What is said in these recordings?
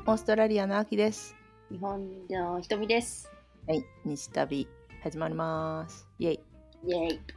オーストラリアのあきです。 日本のひとみです。 はい、西旅始まります。イエイ。 イエイ。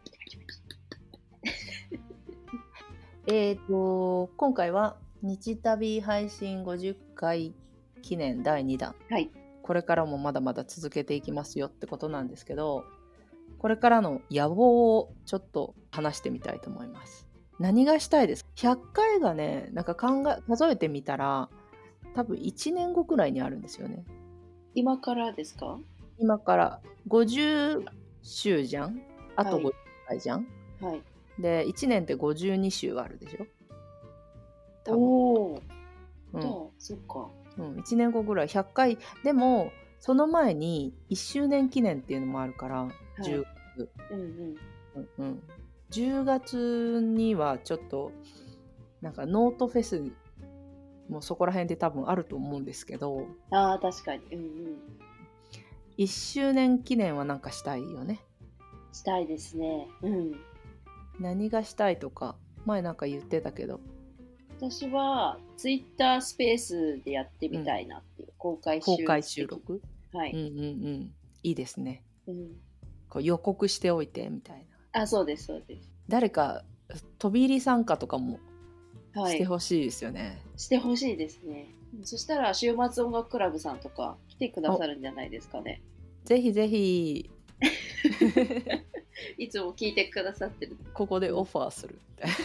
今回は日旅配信50回記念第2弾。 はい。 これからもまだまだ続けていきますよってことなんですけど、これからの野望をちょっと話してみたいと思います。何がしたいですか？100回がね、なんか数えてみたら多分1年後くらいにあるんですよね。 今からですか？ 今から50週じゃん、あとはい 50回じゃん、 はい。 で1年って52週あるでしょ多分。 おー。 うんじゃあ、そっか。 1年後ぐらい100回でもその前に1周年記念っていうのもあるから、10月、10月にはちょっとなんかノートフェスもそこら辺で多分あると思うんですけど、 ああ、確かに。 1周年記念はなんかしたいよね。 したいですね。 何がしたいとか前なんか言ってたけど、 私は、ツイッタースペースでやってみたいなっていう、公開収録。 はい。いいですね。こう予告しておいてみたいな。あ、そうです、そうです。 誰か飛び入り参加とかもしてほしいですよね。 はい、してほしいですね。そしたら、週末音楽クラブさんとか来てくださるんじゃないですかね。 ぜひぜひ。 いつも聞いてくださってる。 ここでオファーする。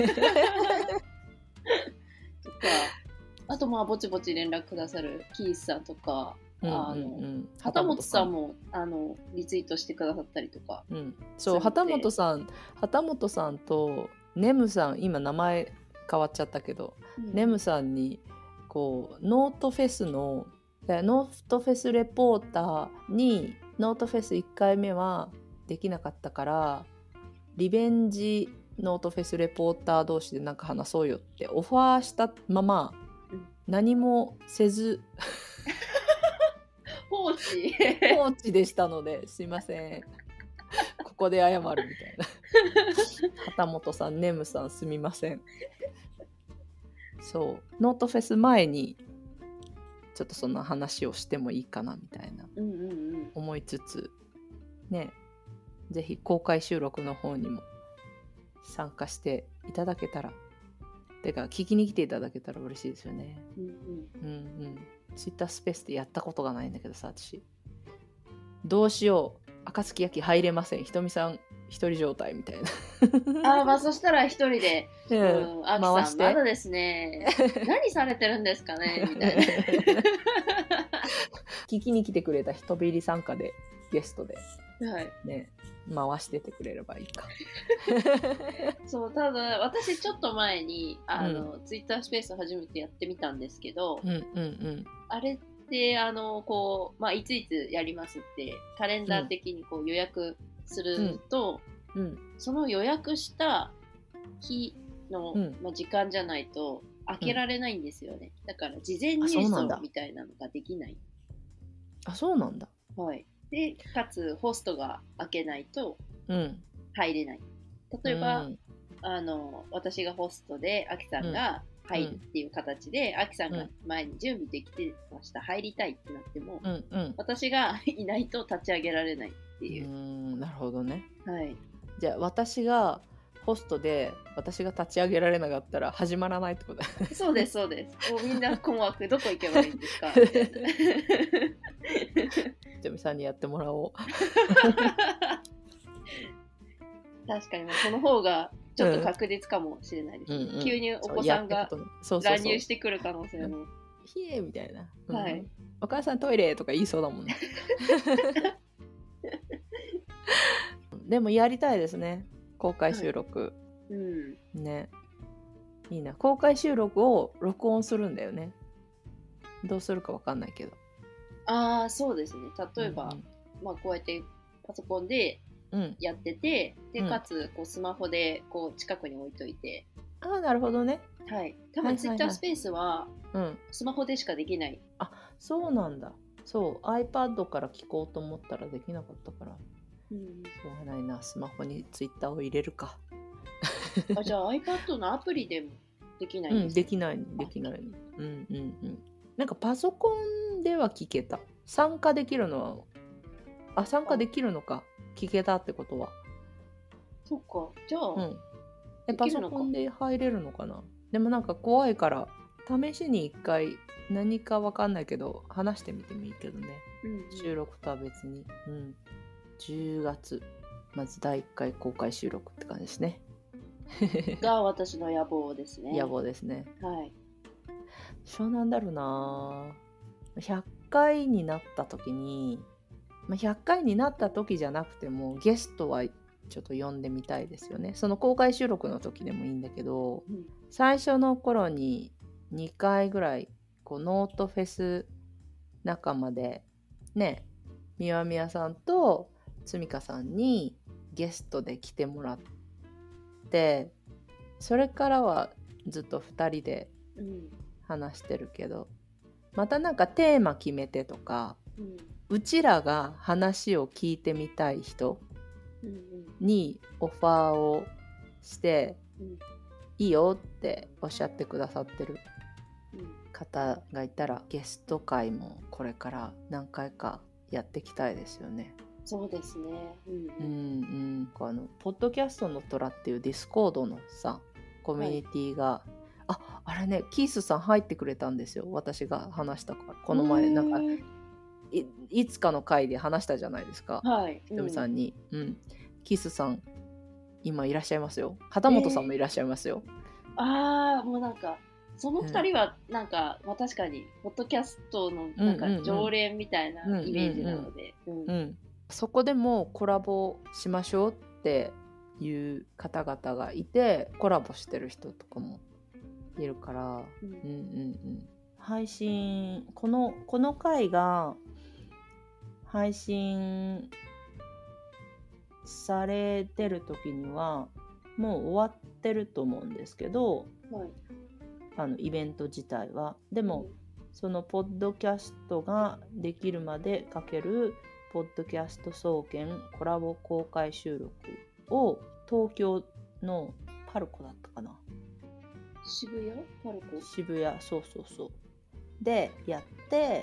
とか、あとぼちぼち連絡くださるキースさんとか、旗本さんもリツイートしてくださったりとか、 そう、旗本さんとネムさん、今名前変わっちゃったけど、ネムさんにこうノートフェスレポーターにノートフェス1回目はできなかったからリベンジノートフェスレポーター同士でなんか話そうよってオファーしたまま、何もせず放置でしたので、すいません、ここで謝るみたいな。旗本さん、ネムさん、すみません。そう、ノートフェス前にちょっとそんな話をしてもいいかなみたいな思いつつね、ぜひ公開収録の方にも参加していただけたら、てか聞きに来ていただけたら嬉しいですよね。ツイッタースペースでやったことがないんだけどさ、私どうしよう、暁焼き入れません、ひとみさん一人状態みたいな。そしたら一人であきさんまだですね、何されてるんですかねみたいな。 聞きに来てくれた人びり参加でゲストで、 ね、 回しててくれればいいか。 そう、ただ私ちょっと前にツイッタースペース初めてやってみたんですけど、あれっていついつやりますってカレンダー的に予約すると、その予約した日の、時間じゃないと開けられないんですよね。だから事前入場みたいなのができない。 あ、そうなんだ。 はい。で、かつホストが開けないと入れない。例えば、私がホストでアキさんが入るっていう形で、アキさんが前に準備できてました、入りたいってなっても、私がいないと立ち上げられないっていう。 なるほどね。 はい。 じゃあ私がホストで私が立ち上げられなかったら始まらないってことだ。 そうですそうです。もうみんな困惑、どこ行けばいいんですかみたいな。 ひとみさんにやってもらおう。 確かにその方がちょっと確実かもしれないです。急にお子さんが乱入してくる可能性も。 ひえみたいな。 はい。 お母さんトイレとか言いそうだもんね。でもやりたいですね、公開収録。ね、いいな。公開収録を録音するんだよね。どうするかわかんないけど。 そうですね。例えば、こうやってパソコンでやってて、でかつスマホで近くに置いといて。 なるほどね。 はい。多分ツイッタースペースはスマホでしかできない。 そうなんだ。そう、iPad から聞こうと思ったらできなかったから。しょうがないな、スマホにツイッターを入れるか。 じゃあ iPad のアプリでもできないんですか？ できない。 なんかパソコンでは聞けた。参加できるのは参加できるのか、聞けたってことは。 そっか、じゃあ、 パソコンで入れるのかな。でもなんか怖いから試しに一回何かわかんないけど話してみてもいいけどね、収録とは別に。10月まず第1回公開収録って感じですね。 が私の野望ですね。 野望ですね。 はい。 そうなんだろうな。100回になった時に、100回になった時じゃなくてもゲストはちょっと呼んでみたいですよね。その公開収録の時でもいいんだけど、最初の頃に2回ぐらいこうノートフェス仲間でね、みわみやさんとつみかさんにゲストで来てもらって、それからはずっと2人で話してるけど、またなんかテーマ決めてとか、うちらが話を聞いてみたい人にオファーをして、いいよっておっしゃってくださってる方がいたら、ゲスト会もこれから何回かやっていきたいですよね。 そうですね。 ポッドキャストの虎っていうディスコードのさコミュニティが、あれね、キースさん入ってくれたんですよ。私が話したから。この前なんかいつかの回で話したじゃないですか、ひとみさんに。キースさん今いらっしゃいますよ。畑本さんもいらっしゃいますよ。 もうなんかその2人はなんか、確かにポッドキャストのなんか常連みたいなイメージなので、 そこでもコラボしましょうっていう方々がいて、コラボしてる人とかもいるから、配信この回が配信されてる時にはもう終わってると思うんですけど、イベント自体は。でも、そのポッドキャストができるまでかけるポッドキャスト総研コラボ公開収録を東京のパルコだったかな、 渋谷パルコ、 渋谷、そうでやって、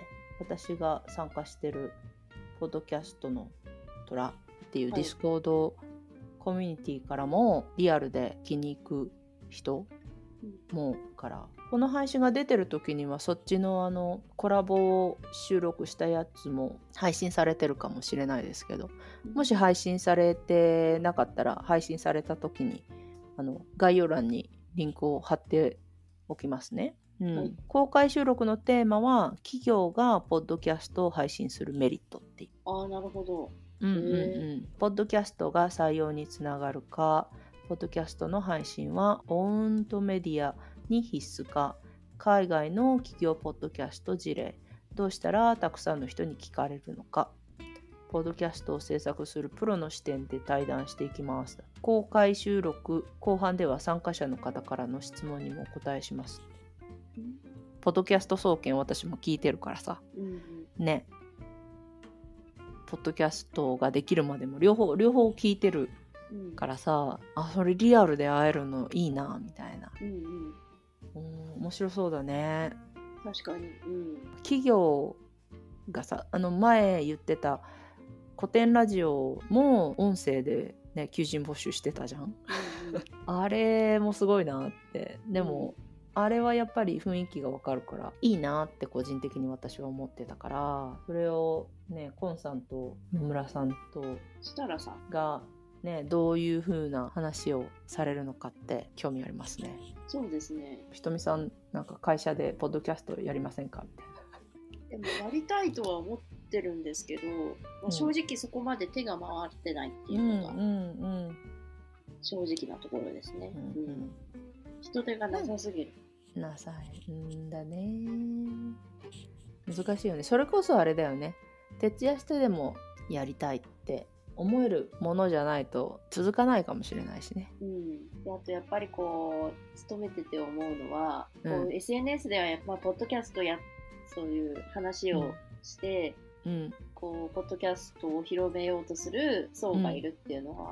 私が参加してるポッドキャストの虎っていうディスコードコミュニティからもリアルで気に行く人もから、この配信が出てる時にはそっちのコラボを収録したやつも配信されてるかもしれないですけど、もし配信されてなかったら配信された時に概要欄にリンクを貼っておきますね。公開収録のテーマは企業がポッドキャストを配信するメリットっていう。 なるほど。 ポッドキャストが採用につながるか、ポッドキャストの配信はオウンドメディアに必須か、海外の企業ポッドキャスト事例、どうしたらたくさんの人に聞かれるのか、ポッドキャストを制作するプロの視点で対談していきます。公開収録後半では参加者の方からの質問にもお答えします。ポッドキャスト総研私も聞いてるからさ、ね、ポッドキャストができるまでも両方聞いてるからさ、それリアルで会えるのいいなみたいな、面白そうだね。 確かに、 企業がさ、前言ってた古典ラジオも音声でね求人募集してたじゃん。あれもすごいなって。でも、あれはやっぱり雰囲気がわかるからいいなって個人的に私は思ってたから、それをねコンさんと野村さんと設楽さんがね、どういう風な話をされるのかって興味ありますね。 そうですね。 ひとみさんなんか会社でポッドキャストやりませんかみたいな。でもやりたいとは思ってるんですけど、正直そこまで手が回ってないっていうのが正直なところですね。人手がなさすぎる。 なさいんだね。難しいよね。それこそあれだよね。徹夜してでもやりたいって思えるものじゃないと続かないかもしれないしね。 であとやっぱりこう勤めてて思うのは、こう SNS ではやっぱポッドキャストそういう話をして、こうポッドキャストを広めようとする層がいるっていうのは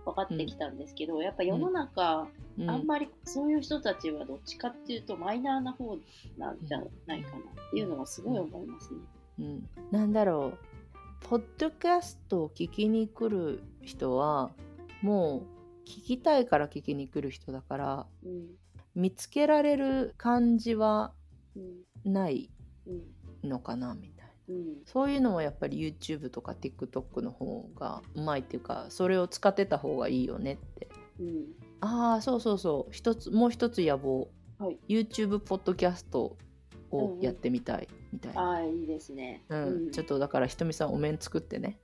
分かってきたんですけど、やっぱ世の中、あんまりそういう人たちはどっちかっていうとマイナーな方なんじゃないかなっていうのはすごい思いますね。 なんだろう、ポッドキャストを聞きに来る人はもう聞きたいから聞きに来る人だから、見つけられる感じはないのかなみたいな、そういうのもやっぱり YouTube とか TikTok の方がうまいっていうか、それを使ってた方がいいよねって、そうもう一つ野望、YouTube ポッドキャストをやってみたいみたいな。 いいですね。 ちょっとだからひとみさんお面作ってね。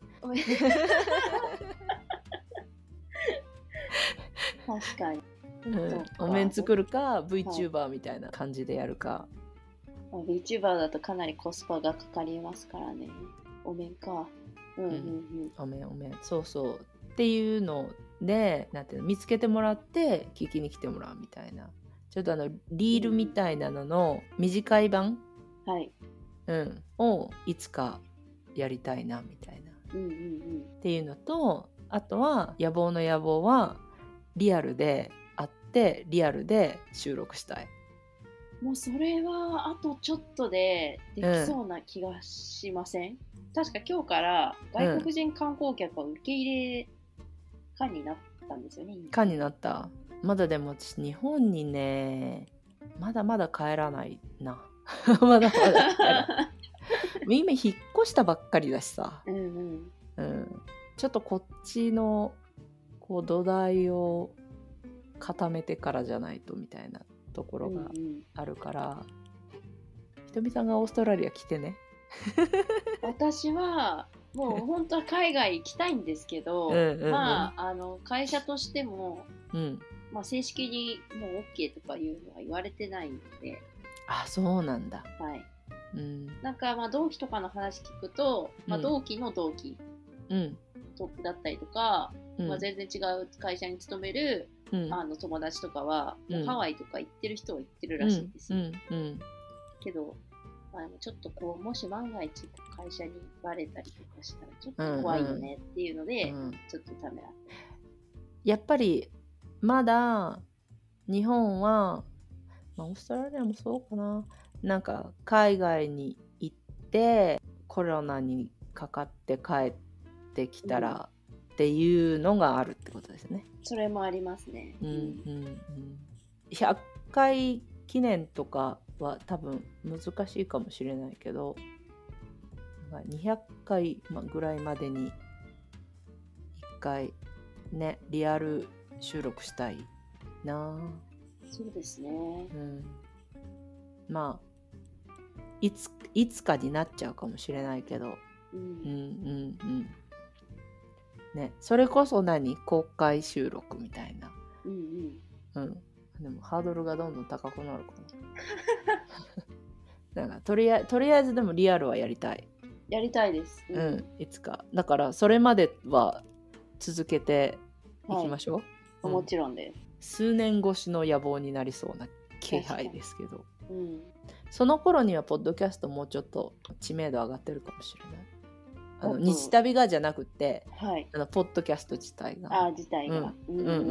確かに。 お面作るか VTuber みたいな感じでやるか。 VTuber だとかなりコスパがかかりますからね。お面か。お面。 そうっていうので、なんていうの、見つけてもらって聞きに来てもらうみたいな。ちょっとリールみたいなのの短い版、をいつかやりたいなみたいな、っていうのと、あとは野望はリアルで会ってリアルで収録したい。 もうそれはあとちょっとでできそうな気がしません？確か今日から外国人観光客は受け入れ可になったんですよね。 可になった。まだでも私日本にねまだまだ帰らないな。まだ帰らない今引っ越したばっかりだしさ、ちょっとこっちのこう土台を固めてからじゃないとみたいなところがあるから、ひとみさんがオーストラリア来てね。 私はもう本当は海外行きたいんですけど、会社としても、正式にもう OK とかいうのは言われてないので。 そうなんだ。 なんか同期とかの話聞くと、同期の同期、トップだったりとか、全然違う会社に勤める、友達とかは、ハワイとか行ってる人は行ってるらしいんですよ。けど、ちょっとこうもし万が一会社にバレたりとかしたらちょっと怖いよねっていうので、ちょっとためらって。 やっぱりまだ日本は、オーストラリアもそうかな、なんか海外に行ってコロナにかかって帰ってきたらっていうのがあるってことですね。 それもありますね。 100回記念とかは多分難しいかもしれないけど、200回ぐらいまでに1回ねリアル収録したいな。 そうですね。 いつかになっちゃうかもしれないけど、ね、それこそ公開収録みたいな、でもハードルがどんどん高くなるかな。なんかとりあえずでもリアルはやりたい。 やりたいです。 いつか。だからそれまでは続けていきましょう。 もちろんです。 数年越しの野望になりそうな気配ですけど、その頃にはポッドキャストもうちょっと知名度上がってるかもしれない。日旅がじゃなくて、ポッドキャスト自体が。 自体が。なんか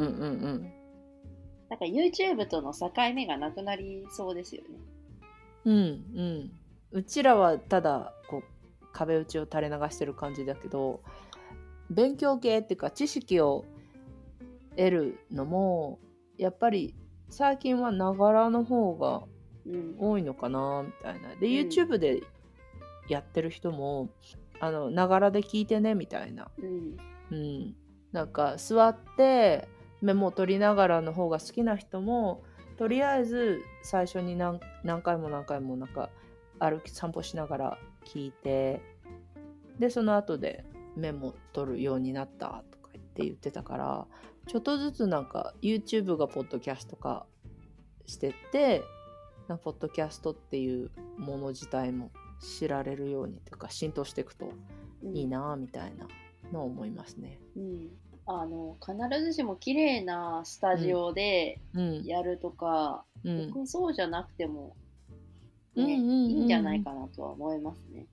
YouTube との境目がなくなりそうですよね。 うちらはただこう壁打ちを垂れ流してる感じだけど、勉強系っていうか知識を得るのもやっぱり最近はながらの方が多いのかなみたいな。で YouTube でやってる人もながらで聞いてねみたいな、なんか座ってメモを取りながらの方が好きな人もとりあえず最初に何回もなんか散歩しながら聞いて、でその後でメモ取るようになったとか言ってたから、ちょっとずつなんか YouTube がポッドキャスト化してってポッドキャストっていうもの自体も知られるようにというか浸透していくといいなみたいなのを思いますね。 必ずしも綺麗なスタジオでやるとか、そうじゃなくても、いいんじゃないかなとは思いますね。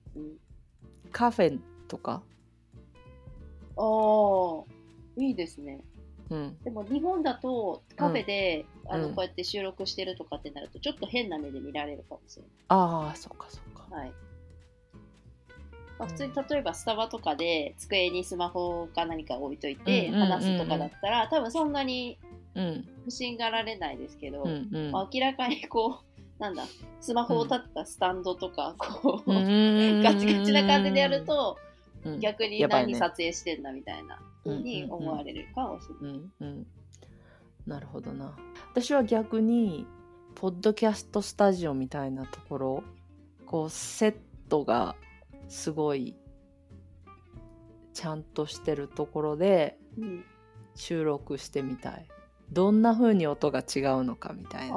カフェとかいいですね。 でも日本だとカフェで、こうやって収録してるとかってなるとちょっと変な目で見られるかもしれない。 ああ、そっかそっか。 はい。普通に例えばスタバとかで机にスマホか何か置いといて話すとかだったら、多分そんなに不審がられないですけど、明らかにこうなんだスマホを立ったスタンドとかこう、ガチガチな感じでやると、逆に何撮影してんだみたいな風に思われるかもしれない。 なるほどな。私は逆にポッドキャストスタジオみたいなところ、こうセットがすごいちゃんとしてるところで収録してみたい。どんな風に音が違うのかみたいな。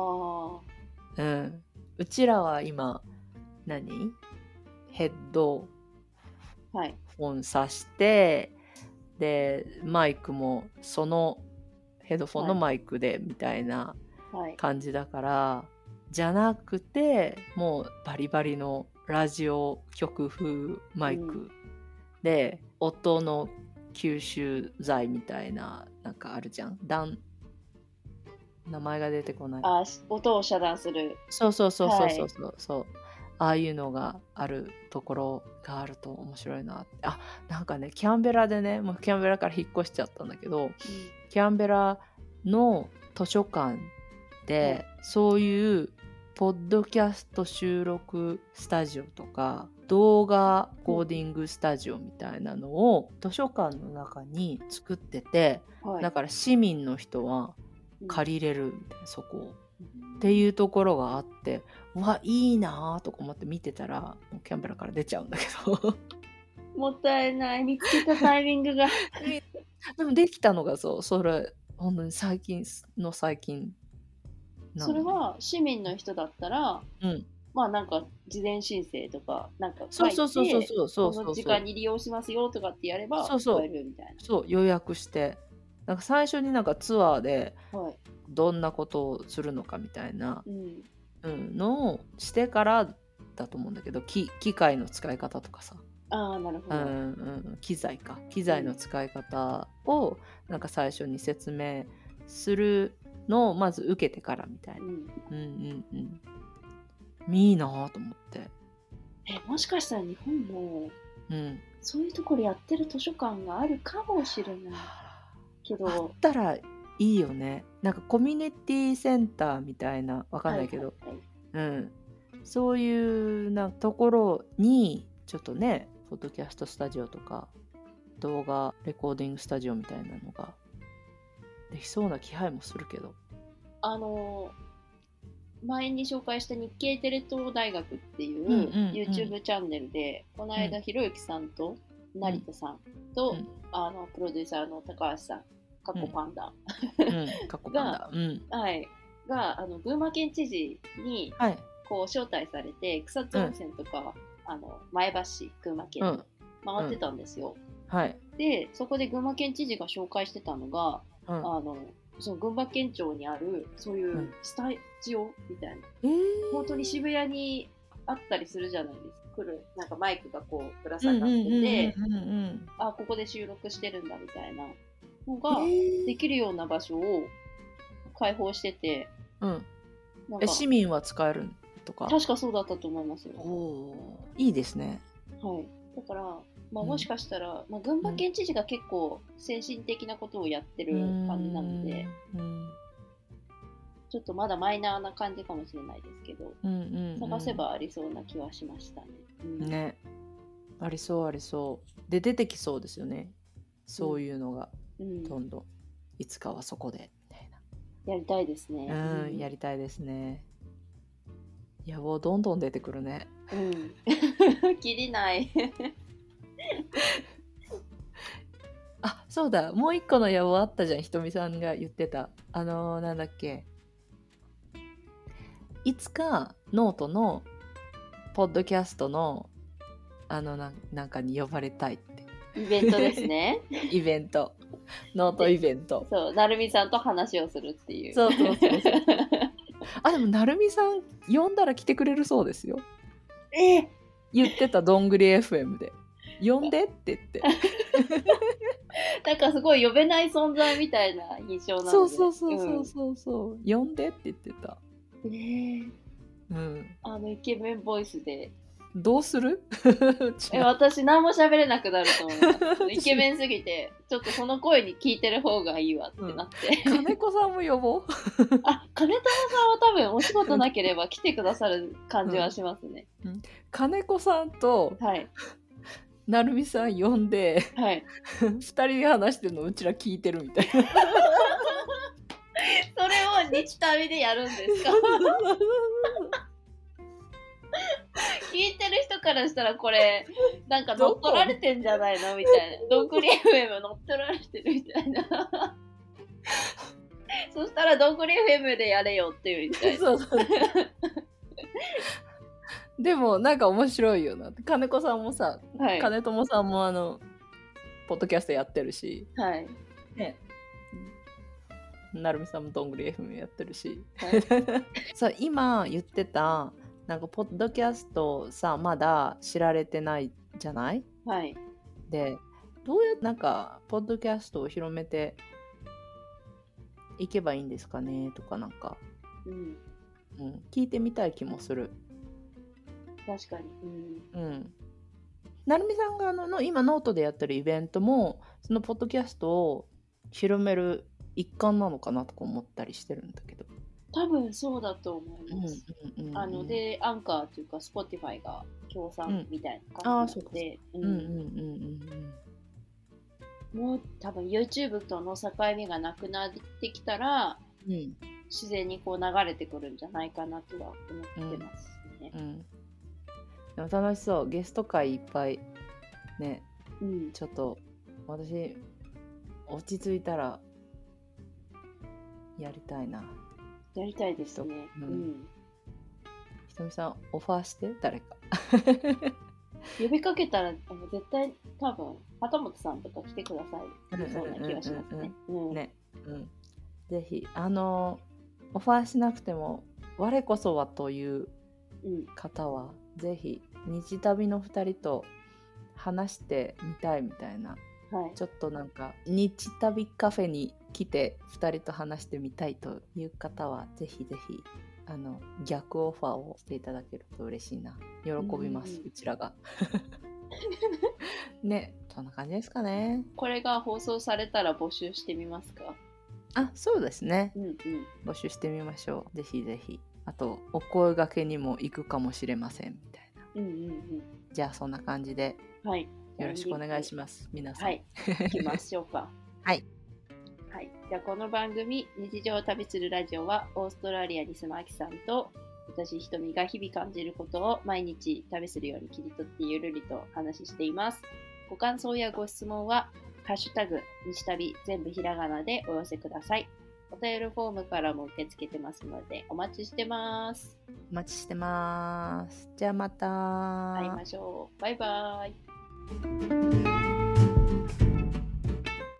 うちらは今ヘッドホンさして、でマイクもそのヘッドフォンのマイクでみたいな感じだから、じゃなくてもうバリバリのラジオ局風マイクで、音の吸収剤みたいななんかあるじゃん。名前が出てこない。 音を遮断する。 そう。ああいうのがあるところがあると面白いなって。なんかね、キャンベラでね、もうキャンベラから引っ越しちゃったんだけど、キャンベラの図書館で、そういうポッドキャスト収録スタジオとか動画コーディングスタジオみたいなのを図書館の中に作ってて、だから市民の人は借りれるみたいな、そこをっていうところがあって、うわいいなとか思って見てたらもうキャンベラから出ちゃうんだけどもったいない、見つけたタイミングがでもできたのがそれ本当に最近それは市民の人だったら、まあなんか事前申請とかなんか書いて、この時間に利用しますよとかってやれば使えるみたいな。 そう予約して、なんか最初になんかツアーでどんなことをするのかみたいなのをしてからだと思うんだけど、機械の使い方とかさ、 なるほど、 機材の使い方をなんか最初に説明するのをまず受けてからみたいな。いいなと思って。 もしかしたら日本も、そういうところやってる図書館があるかもしれないけど、 あったらいいよね。なんかコミュニティセンターみたいな、わかんないけど、そういうなところにちょっとね、ポッドキャストスタジオとか動画レコーディングスタジオみたいなのができそうな気配もするけど、 前に紹介した日経テレ東大学っていう YouTube チャンネルで、この間ひろゆきさんと成田さんと、プロデューサーの高橋さん、カッコパンダが群馬県知事にこう招待されて、草津温泉とか、前橋市群馬県回ってたんですよ。でそこで群馬県知事が紹介してたのが、その群馬県庁にあるそういうスタジオみたいな、本当に渋谷にあったりするじゃないですか。なんかマイクがこうぶら下がってて、ここで収録してるんだみたいなのができるような場所を開放してて、 市民は使えるとか。 確かそうだったと思いますよ。 いいですね。 だからもしかしたら、群馬県知事が結構先進的なことをやってる感じなので、ちょっとまだマイナーな感じかもしれないですけど、探せばありそうな気はしましたね。 ありそうで出てきそうですよね、そういうのが、どんどんいつかはそこでみたいな。やりたいですね。 やりたいですね。野望どんどん出てくるね。 きりないそうだ、もう一個の野望あったじゃん、ひとみさんが言ってた。なんだっけ、いつかノートのポッドキャストのなんかに呼ばれたいって。 イベントですね。 イベント、ノートイベント。 そう、なるみさんと話をするっていう。 そうでもなるみさん呼んだら来てくれるそうですよ。 言ってた、どんぐり FM で呼んでって言ってなんかすごい呼べない存在みたいな印象なので。 そう、呼んでって言ってた。 うん、イケメンボイスで。 どうする私何も喋れなくなると思います。イケメンすぎてちょっとその声に聞いてる方がいいわってなって、 金子さんも呼ぼう。 金友さんは多分お仕事なければ来てくださる感じはしますね。 金子さんと、なるみさん呼んで、2人で話してるのうちら聞いてるみたいな。それを日旅でやるんですか？聞いてる人からしたらこれなんか乗っ取られてんじゃないのみたいな。どんぐり FM 乗っ取られてるみたいな。そしたらどんぐり FM でやれよっていうみたいな。そうでもなんか面白いよな。金子さんもさ、金友さんもポッドキャストやってるし、ね、なるみさんもどんぐり FM やってるし、さ今言ってたなんかポッドキャストさまだ知られてないじゃない？でどうやってなんかポッドキャストを広めていけばいいんですかねとかなんか、聞いてみたい気もする。 確かに。 なるみさんがの今ノートでやってるイベントもそのポッドキャストを広める一環なのかなとか思ったりしてるんだけど。 多分そうだと思います。でアンカーというか Spotify が協賛みたいな感じで、もう多分 YouTube との境目がなくなってきたら、自然にこう流れてくるんじゃないかなとは思ってますね。 でも楽しそう。ゲスト会いっぱいね、ちょっと私落ち着いたらやりたいな。 やりたいですね。 ひとみさんオファーして誰か呼びかけたら絶対多分畑本さんとか来てくださいそうな気がしますね。 ぜひオファーしなくても我こそはという方は、ぜひ日旅の2人と話してみたいみたいな、ちょっとなんか日旅カフェに来て2人と話してみたいという方はぜひぜひ逆オファーをしていただけると嬉しいな。喜びます、うちらがね。そんな感じですかね。 これが放送されたら募集してみますか？ そうですね、募集してみましょう。ぜひぜひ。あとお声掛けにも行くかもしれませんみたいな。じゃあそんな感じで、よろしくお願いします皆さん。 行きましょうか。じゃあこの番組日常を旅するラジオはオーストラリアに住むあきさんと私ひとみが日々感じることを毎日旅するように切り取ってゆるりと話しています。ご感想やご質問はハッシュタグ日旅全部ひらがなでお寄せください。お便りフォームからも受け付けてますのでお待ちしてます。 お待ちしてます。じゃあまた会いましょう。バイバイ。